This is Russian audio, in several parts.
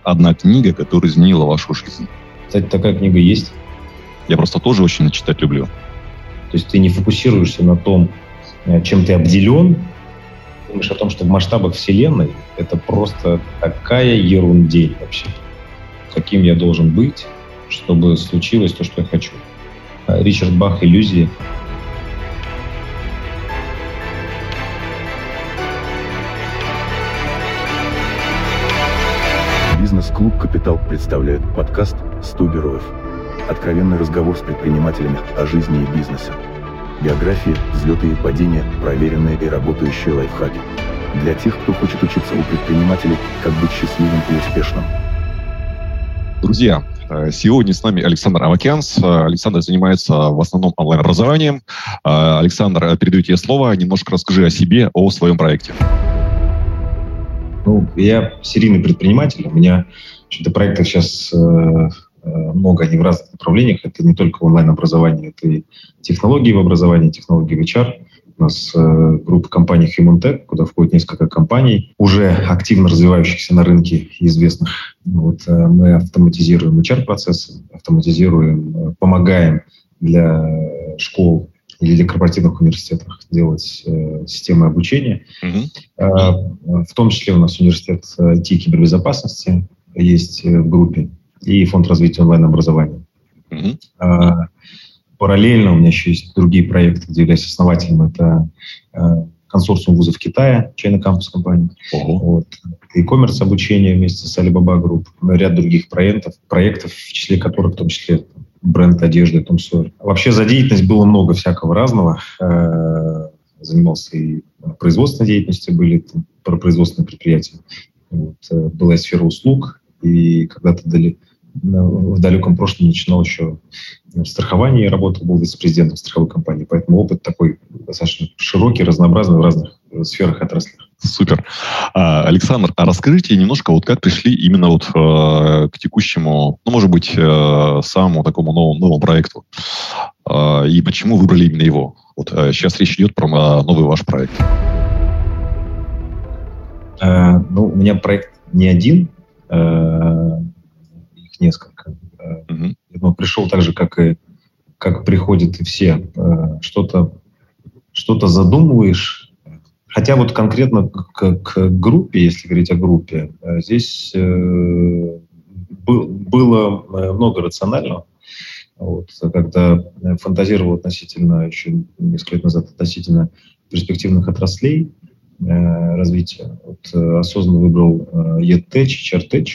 одна книга, которая изменила вашу жизнь? Кстати, такая книга есть. Я просто тоже очень читать люблю. То есть ты не фокусируешься на том, чем ты обделен, думаешь о том, что в масштабах Вселенной это просто такая ерундень вообще. Каким я должен быть, чтобы случилось то, что я хочу. Ричард Бах «Иллюзии». Бизнес-клуб «Капитал» представляет подкаст «100 героев». Откровенный разговор с предпринимателями о жизни и бизнесе. Биографии, взлеты и падения, проверенные и работающие лайфхаки. Для тех, кто хочет учиться у предпринимателей, как быть счастливым и успешным. Друзья, сегодня с нами Александр Авакянс. Александр занимается в основном онлайн-образованием. Александр, передаю тебе слово. Немножко расскажи о себе, о своем проекте. Я серийный предприниматель. У меня проектов сейчас много, они в разных направлениях. Это не только онлайн-образование, это и технологии в образовании, технологии в HR. У нас группа компаний Human Tech, куда входит несколько компаний, уже активно развивающихся на рынке известных. Мы автоматизируем HR-процессы, помогаем для школ или для корпоративных университетов делать системы обучения. В том числе у нас университет IT и кибербезопасности есть в группе и фонд развития онлайн-образования. Параллельно у меня еще есть другие проекты, где являюсь основателем. Это консорциум вузов Китая, China Campus компания. E-commerce обучение вместе с Alibaba Group. Ряд других проектов, в числе которых, в том числе, бренд одежды Tom Sawyer. Вообще за деятельность было много всякого разного. Занимался и производственной деятельностью, были производственные предприятия. Была и сфера услуг, и когда-то в далеком прошлом начинал еще в страховании, работал, был вице-президентом страховой компании, поэтому опыт такой достаточно широкий, разнообразный в разных сферах и отраслях. Супер. Александр, расскажите немножко, как пришли именно к текущему, может быть, самому такому новому проекту, и почему выбрали именно его? Сейчас речь идет про новый ваш проект. У меня проект не один, их несколько. Но пришел так же, как приходят и все. Что-то задумываешь. Хотя конкретно к группе, если говорить о группе, здесь было много рационального. Когда фантазировал еще несколько лет назад относительно перспективных отраслей развития, осознанно выбрал EdTech, HR-Tech,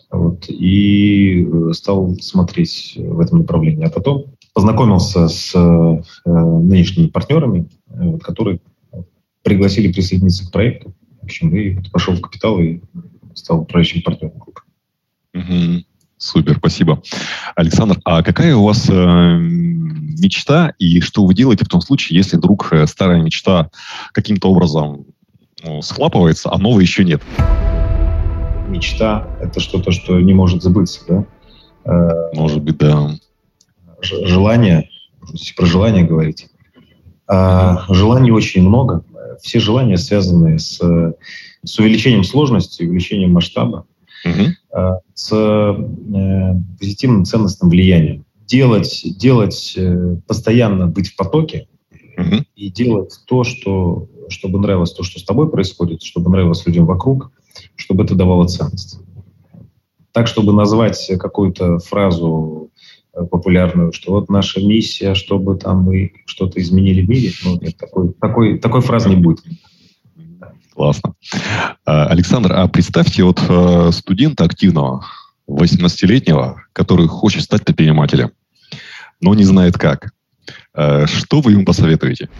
и стал смотреть в этом направлении. А потом познакомился с нынешними партнерами, которые пригласили присоединиться к проекту. В общем, и пошел в капитал и стал управляющим партнером группы. Супер, спасибо. Александр, а какая у вас мечта и что вы делаете в том случае, если вдруг старая мечта каким-то образом схлапывается, а новой еще нет? Мечта – это что-то, что не может забыться, да? Может быть, да. Желание, если про желание говорить. Желаний очень много. Все желания связаны с увеличением сложности, увеличением масштаба, с позитивным ценностным влиянием. Делать постоянно быть в потоке и делать то, чтобы нравилось то, что с тобой происходит, чтобы нравилось людям вокруг, чтобы это давало ценность. Так, чтобы назвать какую-то фразу популярную, что наша миссия, чтобы мы что-то изменили в мире, нет, такой фразы не будет. Классно. Александр, а представьте студента активного, 18-летнего, который хочет стать предпринимателем, но не знает как. Что вы ему посоветуете?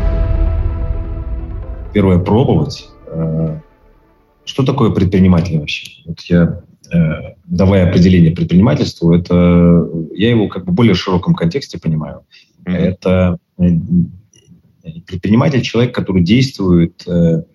Первое, пробовать. Что такое предприниматель вообще? Давая определение предпринимательству, я его в более широком контексте понимаю. Это предприниматель — человек, который действует,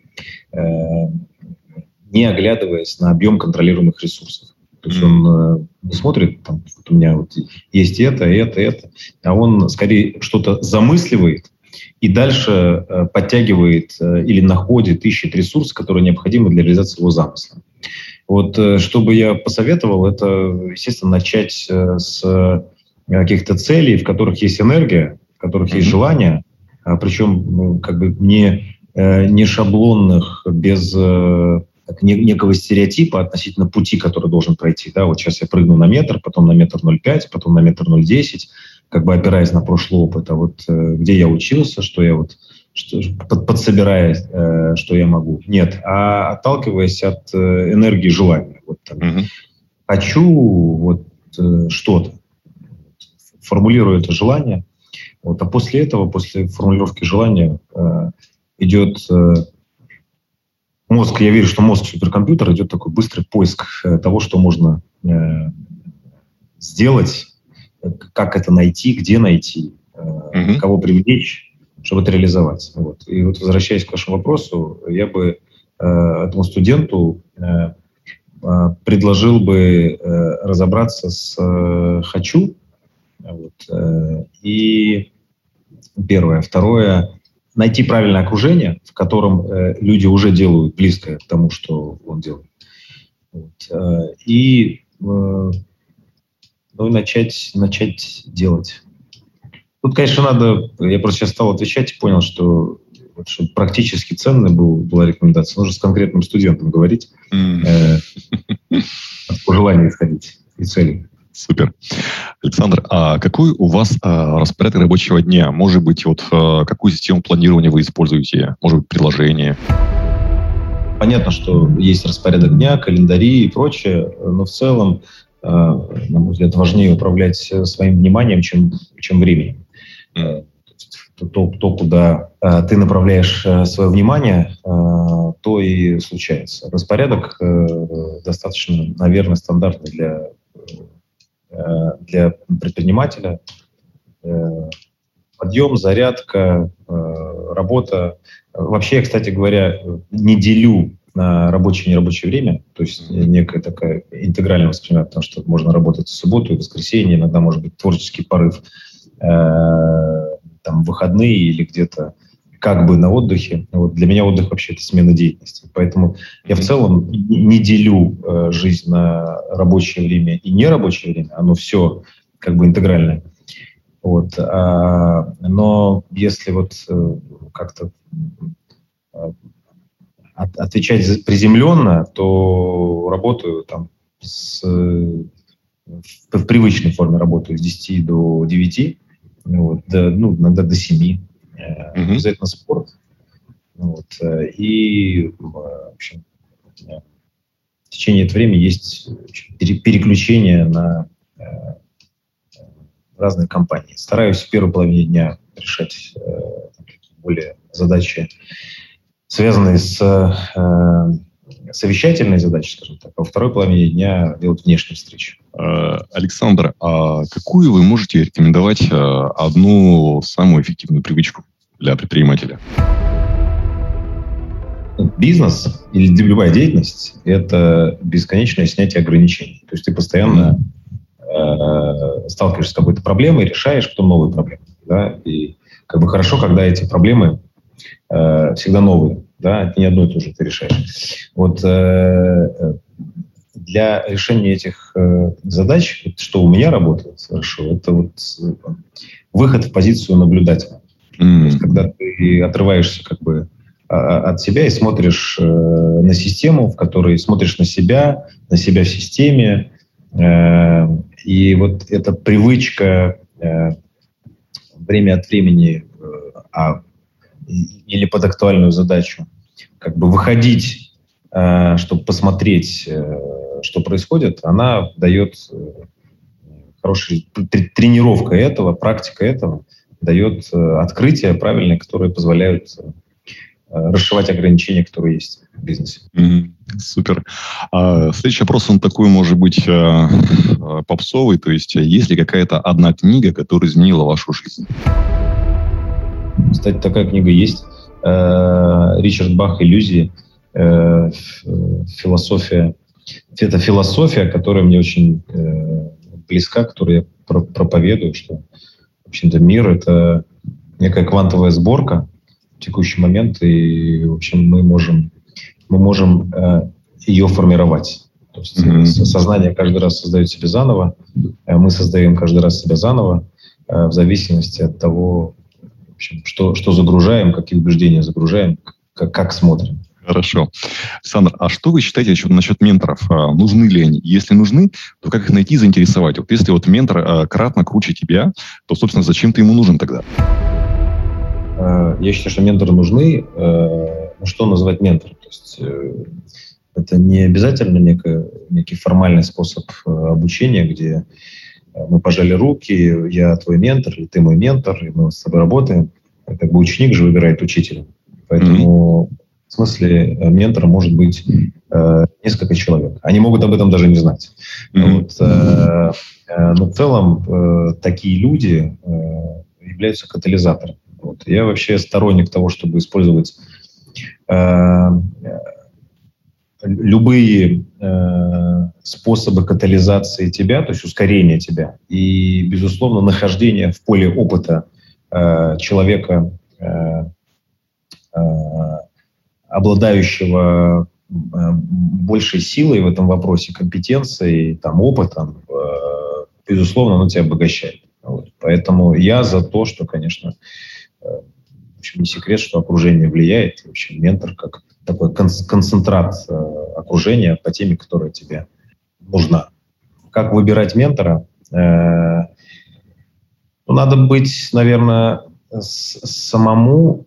не оглядываясь на объем контролируемых ресурсов. То есть он не смотрит, у меня есть это, а он скорее что-то замысливает и дальше подтягивает или находит, ищет ресурсы, которые необходимы для реализации его замысла. Вот что бы я посоветовал, это, естественно, начать с каких-то целей, в которых есть энергия, в которых есть желание, причем как бы не шаблонных, без некого стереотипа относительно пути, который должен пройти. Да, вот сейчас я прыгну на метр, потом на 1,05 м, потом на 1,010 м, как бы опираясь на прошлый опыт. А вот где я учился, что я вот подсобирая, что я могу. Нет, а отталкиваясь от энергии желания. Вот, хочу вот что-то. Формулирую это желание. Вот, а после этого, после формулировки желания, идет мозг. Я верю, что мозг суперкомпьютера, идет такой быстрый поиск того, что можно сделать, как это найти, где найти, кого привлечь, чтобы это реализовать. Вот. И вот, возвращаясь к вашему вопросу, я бы этому студенту предложил бы разобраться с «хочу». Вот. И первое. Второе. Найти правильное окружение, в котором люди уже делают близкое к тому, что он делает. Вот. И начать делать. Тут, конечно, надо... Я просто сейчас стал отвечать и понял, что чтобы практически ценная была рекомендация, нужно с конкретным студентом говорить, по желанию исходить и целей. Супер. Александр, а какой у вас распорядок рабочего дня? Может быть, вот какую систему планирования вы используете? Может быть, приложение? Понятно, что есть распорядок дня, календари и прочее, но в целом, на мой взгляд, важнее управлять своим вниманием, чем временем. То, куда ты направляешь свое внимание, то и случается. Распорядок достаточно, наверное, стандартный для предпринимателя. Подъем, зарядка, работа. Вообще, я, кстати говоря, не делю на рабочее и нерабочее время, то есть некая такая интегральная восприятие, потому что можно работать в субботу и воскресенье, иногда может быть творческий порыв, там, выходные или где-то как бы на отдыхе. Вот для меня отдых вообще это смена деятельности. Поэтому я в целом не делю жизнь на рабочее время и нерабочее время. Оно все как бы интегральное. Вот. Но если вот как-то отвечать приземленно, то работаю там в привычной форме работаю с 10 до 9, вот, иногда до 7. Обязательно спорт. Вот, и, в общем, в течение этого времени есть переключение на разные компании. Стараюсь в первой половине дня решать более задачи, связанные с совещательной задачей, скажем так, а во второй половине дня делать внешние встречи. Александр, а какую вы можете рекомендовать одну самую эффективную привычку для предпринимателя? Бизнес или любая деятельность – это бесконечное снятие ограничений. То есть ты постоянно сталкиваешься с какой-то проблемой, решаешь, потом новые проблемы. Да? И как бы хорошо, когда эти проблемы всегда новые. Да? Это не одно и то же ты решаешь. Вот для решения этих задач, что у меня работает хорошо, это вот выход в позицию наблюдателя. То есть, когда ты отрываешься как бы от себя и смотришь на систему, в которой смотришь на себя в системе. И вот эта привычка время от времени или под актуальную задачу как бы выходить, чтобы посмотреть, что происходит, она дает хорошая тренировка этого, практика этого, дает открытия правильные, которые позволяют расшивать ограничения, которые есть в бизнесе. Супер. Следующий вопрос, он такой, может быть, попсовый. То есть, есть ли какая-то одна книга, которая изменила вашу жизнь? Кстати, такая книга есть. Ричард Бах «Иллюзии». Философия. Это философия, которая мне очень близка, которую я проповедую, что, в общем-то, мир — это некая квантовая сборка в текущий момент, и, в общем, мы можем ее формировать. То есть сознание каждый раз создает себя заново, мы создаем каждый раз себя заново, в зависимости от того, в общем, что загружаем, какие убеждения загружаем, как смотрим. Хорошо. Александр, а что вы считаете насчет менторов? Нужны ли они? Если нужны, то как их найти и заинтересовать? Вот если вот ментор кратно круче тебя, то, собственно, зачем ты ему нужен тогда? Я считаю, что менторы нужны. Что называть ментором? То есть это не обязательно некий формальный способ обучения, где мы пожали руки, я твой ментор, или ты мой ментор, и мы с тобой работаем. Как бы ученик же выбирает учителя. Поэтому в смысле ментора может быть несколько человек. Они могут об этом даже не знать. Но в целом такие люди являются катализатором. Я вообще сторонник того, чтобы использовать любые способы катализации тебя, то есть ускорения тебя, и, безусловно, нахождение в поле опыта человека, обладающего большей силой в этом вопросе, компетенцией, опытом, безусловно, оно тебя обогащает. Поэтому я за то, что, конечно, в общем, не секрет, что окружение влияет. В общем, ментор как такой концентрат окружения по теме, которая тебе нужна. Как выбирать ментора? Надо быть, наверное, самому.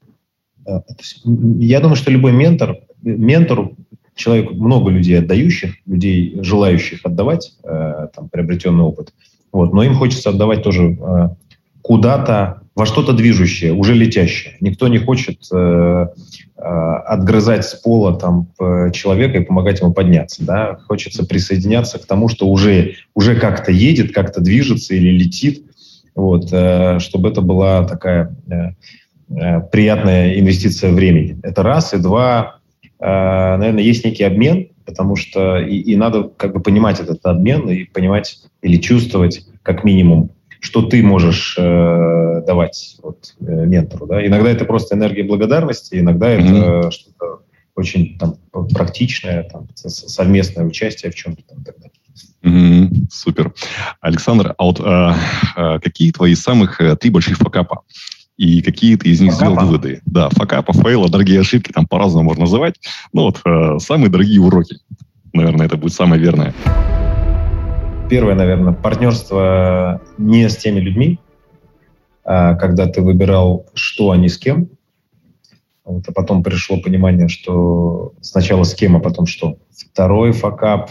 Я думаю, что любой ментору, человеку, много людей отдающих, людей, желающих отдавать приобретенный опыт, но им хочется отдавать тоже куда-то, во что-то движущее, уже летящее. Никто не хочет отгрызать с пола человека и помогать ему подняться. Да? Хочется присоединяться к тому, что уже как-то едет, как-то движется или летит, чтобы это была такая приятная инвестиция времени. Это раз. И два, наверное, есть некий обмен, потому что и надо понимать этот обмен и понимать или чувствовать как минимум, что ты можешь давать ментору. Да? Иногда это просто энергия благодарности, иногда это что-то очень практичное, совместное участие в чем-то и так далее. Супер. Александр, а какие твои самых 3 больших факапа? И какие ты из них сделал выводы? Да, факапа, фейла, дорогие ошибки, по-разному можно называть. Самые дорогие уроки. Наверное, это будет самое верное. Первое, наверное, партнерство не с теми людьми, когда ты выбирал, что, а не с кем. А потом пришло понимание, что сначала с кем, а потом что. Второй факап,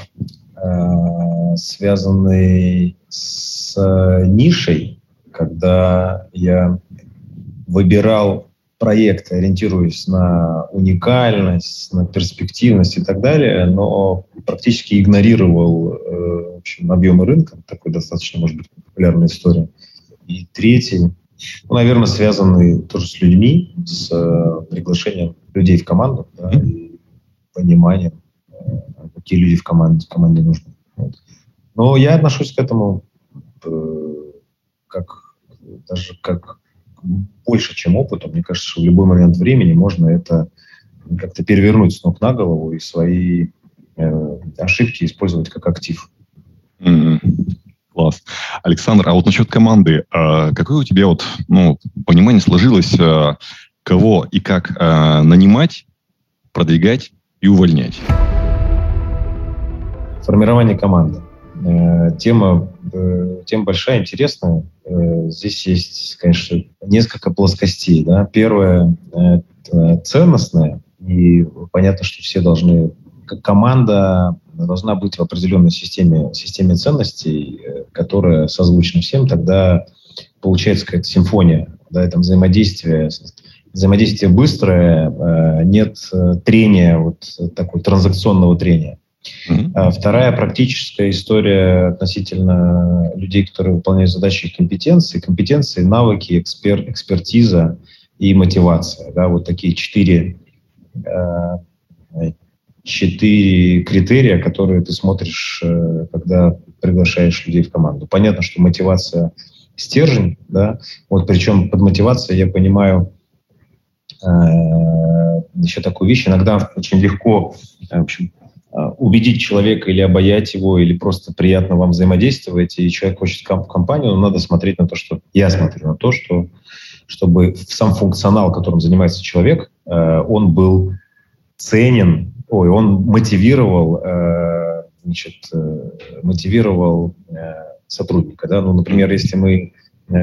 связанный с нишей, когда я выбирал проекты, ориентируясь на уникальность, на перспективность и так далее, но практически игнорировал объемы рынка. Такой достаточно, может быть, популярная история. И третий, наверное, связанный тоже с людьми, с приглашением людей в команду, да, и пониманием, какие люди в команде нужны. Но я отношусь к этому как больше, чем опыту. Мне кажется, что в любой момент времени можно это как-то перевернуть с ног на голову и свои ошибки использовать как актив. Класс. Александр, а насчет команды, какое у тебя понимание сложилось, кого и как нанимать, продвигать и увольнять? Формирование команды. Тема большая, интересная. Здесь есть, конечно, несколько плоскостей. Да? Первое – это ценностное. И понятно, что все должны... Команда должна быть в определенной системе ценностей, которая созвучна всем. Тогда получается какая-то симфония. Да, это взаимодействие быстрое, нет трения, такого транзакционного трения. Вторая практическая история относительно людей, которые выполняют задачи и компетенции, навыки, экспертиза и мотивация. Да, такие 4 критерия, которые ты смотришь, когда приглашаешь людей в команду. Понятно, что мотивация – стержень, да, причем под мотивацией я понимаю еще такую вещь. Иногда очень легко, убедить человека или обаять его, или просто приятно вам взаимодействовать, и человек хочет в компанию, надо смотреть на то, что... Я смотрю на то, что чтобы сам функционал, которым занимается человек, он был ценен, он мотивировал сотрудника. Да? Ну, например, если мы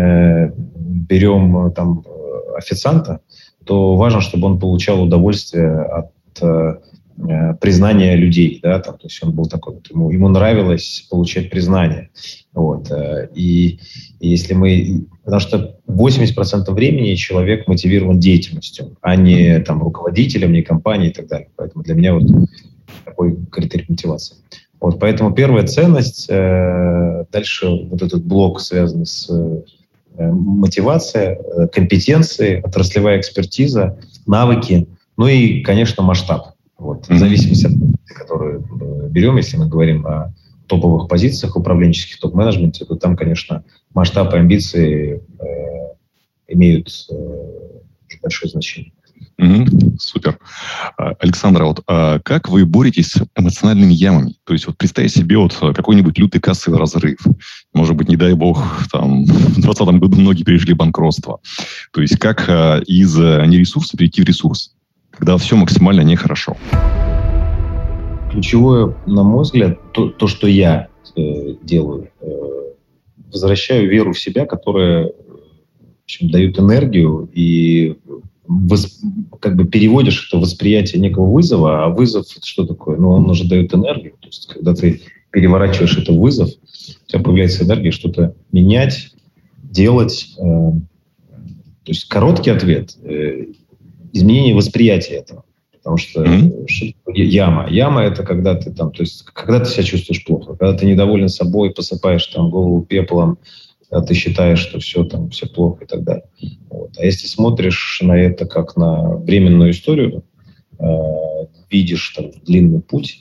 берем там официанта, то важно, чтобы он получал удовольствие от признания людей, да, там, то есть он был такой, вот, ему нравилось получать признание, вот, и если мы, потому что 80% времени человек мотивирован деятельностью, а не там руководителем, не компанией и так далее, поэтому для меня вот такой критерий мотивации. Вот, поэтому первая ценность, дальше вот этот блок, связанный с мотивацией, компетенцией, отраслевая экспертиза, навыки, ну и, конечно, масштаб. Вот. В зависимости от которые берем, если мы говорим о топовых позициях управленческих, топ-менеджменте, то там, конечно, масштаб и амбиции имеют большое значение. Супер. Александр, вот как вы боретесь с эмоциональными ямами? То есть вот представьте себе вот какой-нибудь лютый кассовый разрыв. Может быть, не дай бог, там, в 2020 году многие пережили банкротство. То есть как из нересурса перейти в ресурс, когда все максимально нехорошо? Ключевое, на мой взгляд, то что я делаю, возвращаю веру в себя, которая, в общем, дает энергию, и как бы переводишь это восприятие некого вызова, а вызов — это что такое? Ну, он уже дает энергию. То есть, когда ты переворачиваешь это в вызов, у тебя появляется энергия что-то менять, делать. То есть, короткий ответ — изменение восприятия этого. Потому что яма. Яма — это когда ты там, то есть, когда ты себя чувствуешь плохо, когда ты недоволен собой, посыпаешь там голову пеплом, когда ты считаешь, что все там, все плохо и так далее. Вот. А если смотришь на это как на временную историю, видишь там длинный путь,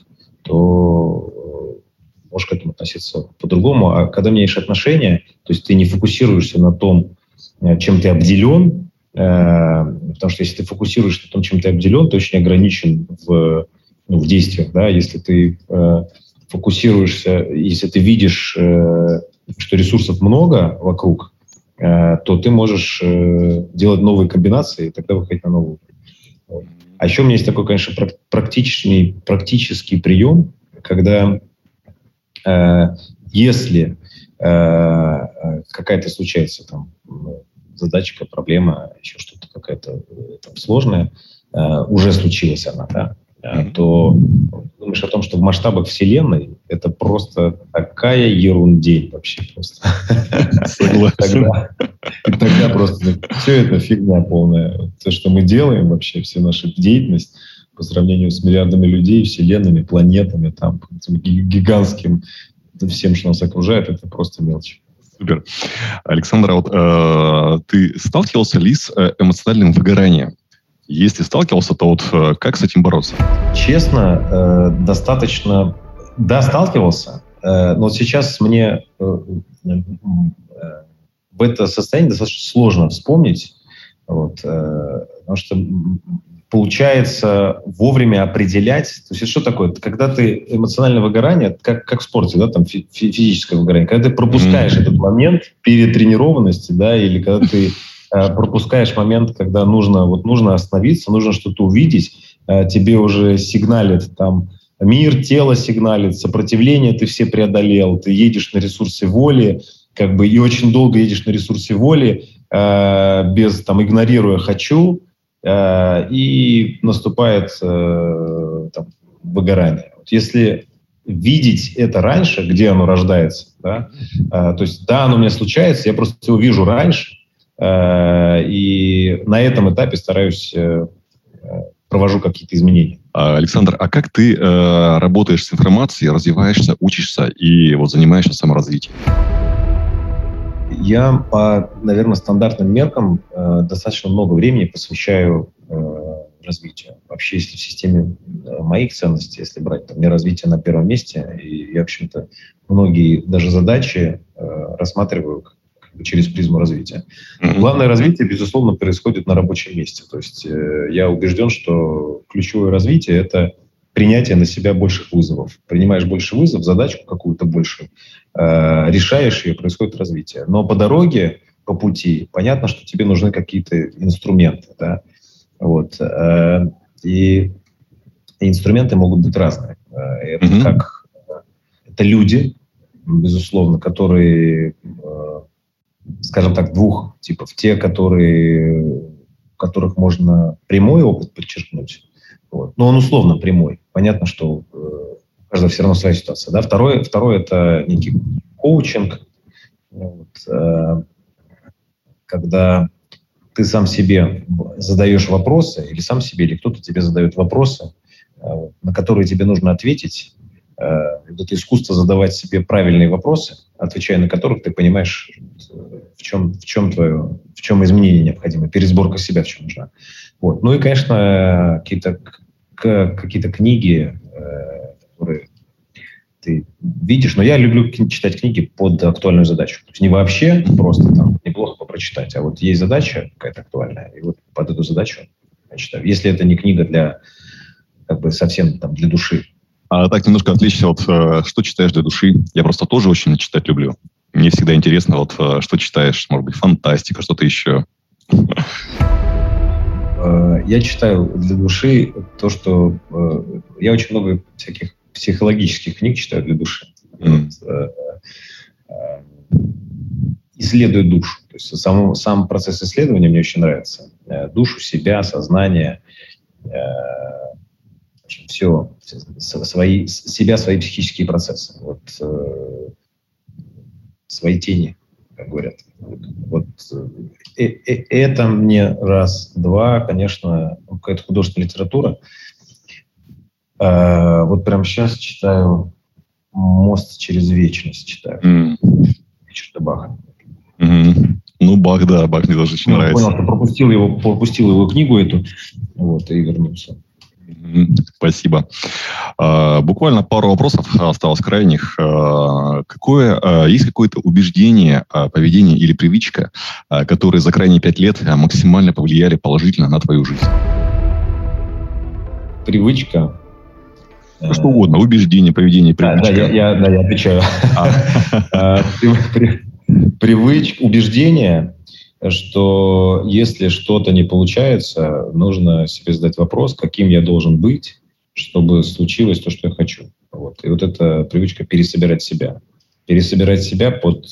то можешь к этому относиться по-другому. А когда меняешь отношения, то есть ты не фокусируешься на том, чем ты обделен, потому что если ты фокусируешься на том, чем ты обделен, ты очень ограничен в действиях. Да? Если ты фокусируешься, если ты видишь, что ресурсов много вокруг, то ты можешь делать новые комбинации и тогда выходить на новый уровень. А еще у меня есть такой, конечно, практический прием, когда если какая-то случается там задачка, проблема, еще что-то какая-то там сложная, уже случилась она, да, то думаешь о том, что в масштабах Вселенной это просто такая ерундень вообще просто. Тогда просто все это фигня полная. То, что мы делаем вообще, вся наша деятельность по сравнению с миллиардами людей, вселенными, планетами, там, гигантским, всем, что нас окружает, это просто мелочь. Супер. Александр, вот ты сталкивался ли с эмоциональным выгоранием? Если сталкивался, то вот как с этим бороться? Честно, достаточно... Да, сталкивался, но вот сейчас мне в это состояние достаточно сложно вспомнить, вот, потому что получается вовремя определять... То есть что такое? Когда ты эмоциональное выгорание, как в спорте, да, там физическое выгорание, когда ты пропускаешь этот момент перетренированности, да, или когда ты пропускаешь момент, когда нужно остановиться, нужно что-то увидеть, тебе уже сигналит там мир, тело сигналит, сопротивление ты все преодолел, ты едешь на ресурсе воли, как бы, и очень долго едешь на ресурсе воли, игнорируя «хочу», и наступает там выгорание. Вот если видеть это раньше, где оно рождается, да, то есть, да, оно у меня случается, я просто его вижу раньше, и на этом этапе стараюсь, провожу какие-то изменения. Александр, а как ты работаешь с информацией, развиваешься, учишься и вот занимаешься саморазвитием? Я по, наверное, стандартным меркам достаточно много времени посвящаю развитию. Вообще, если в системе моих ценностей, если брать, то мне развитие на первом месте, и я, в общем-то, многие даже задачи рассматриваю через призму развития. Главное развитие, безусловно, происходит на рабочем месте. То есть я убежден, что ключевое развитие — это принятия на себя больших вызовов. Принимаешь больше вызов, задачку какую-то большую, решаешь ее, происходит развитие. Но по дороге, по пути, понятно, что тебе нужны какие-то инструменты. Да? Вот. И инструменты могут быть разные. Это люди, безусловно, которые, скажем так, двух типов. Те, у которых можно прямой опыт подчеркнуть, вот. Но он условно прямой. Понятно, что у каждого все равно своя ситуация. Да? Второе – это некий коучинг, вот, когда ты сам себе задаешь вопросы, или сам себе, или кто-то тебе задает вопросы, на которые тебе нужно ответить. Это искусство задавать себе правильные вопросы, отвечая на которых ты понимаешь, в чем изменение необходимо, пересборка себя в чем нужна. Вот. Ну и, конечно, какие-то книги, которые ты видишь. Но я люблю читать книги под актуальную задачу. То есть не вообще просто там неплохо прочитать, а вот есть задача какая-то актуальная, и вот под эту задачу я читаю. Если это не книга для совсем там для души. А так немножко отлично от что читаешь для души. Я просто тоже очень читать люблю. Мне всегда интересно, что читаешь, может быть, фантастика, что-то еще. Я читаю для души то, что... Я очень много всяких психологических книг читаю для души. Исследую душу. То есть сам процесс исследования мне очень нравится. Душу, себя, сознание, все, свои психические процессы. Вот, свои тени, как говорят. Вот, это мне раз, два, конечно, какая-то художественная литература. Вот прямо сейчас читаю «Мост через вечность», читаю. Ричарда Баха. Ну, Бах, да, Бах мне тоже очень нравится. Понял, что пропустил его книгу эту, вот, и вернулся. Спасибо. Буквально пару вопросов осталось крайних. Есть какое-то убеждение, поведение или привычка, которые за крайние 5 лет максимально повлияли положительно на твою жизнь? Привычка? Что угодно. Убеждение, поведение, привычка. Да, я отвечаю. Привычка, убеждение, что если что-то не получается, нужно себе задать вопрос, каким я должен быть, чтобы случилось то, что я хочу. Вот. И вот эта привычка пересобирать себя. Пересобирать себя под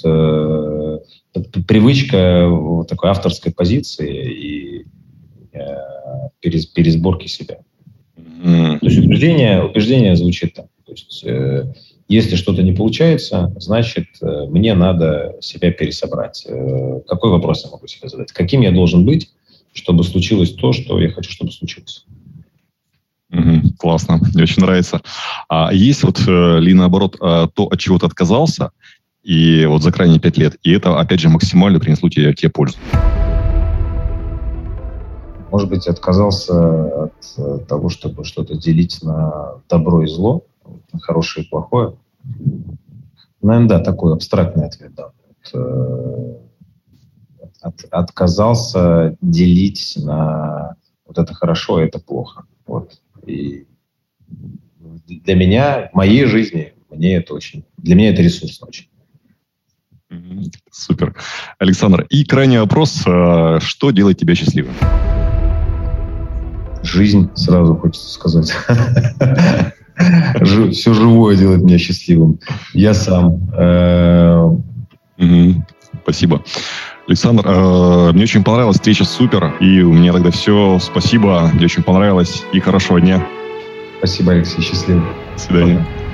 привычка вот такой авторской позиции и пересборки себя. То есть убеждение звучит так. То есть, если что-то не получается, значит, мне надо себя пересобрать. Какой вопрос я могу себе задать? Каким я должен быть, чтобы случилось то, что я хочу, чтобы случилось? Классно, мне очень нравится. А есть или наоборот, то, от чего ты отказался, и вот за крайние 5 лет, и это, опять же, максимально принесло тебе пользу? Может быть, отказался от того, чтобы что-то делить на добро и зло, на хорошее и плохое. Наверное, да, такой абстрактный ответ. Да. Отказался делить на вот это хорошо, а это плохо. Вот. И для меня, в моей жизни, для меня это ресурсно очень. Супер. Александр, и крайний вопрос. Что делает тебя счастливым? Жизнь, сразу хочется сказать. Все живое делает меня счастливым. Я сам. Спасибо. Александр, мне очень понравилась встреча, супер. И у меня тогда все. Спасибо, мне очень понравилось. И хорошего дня. Спасибо, Алексей. Счастливо. До свидания.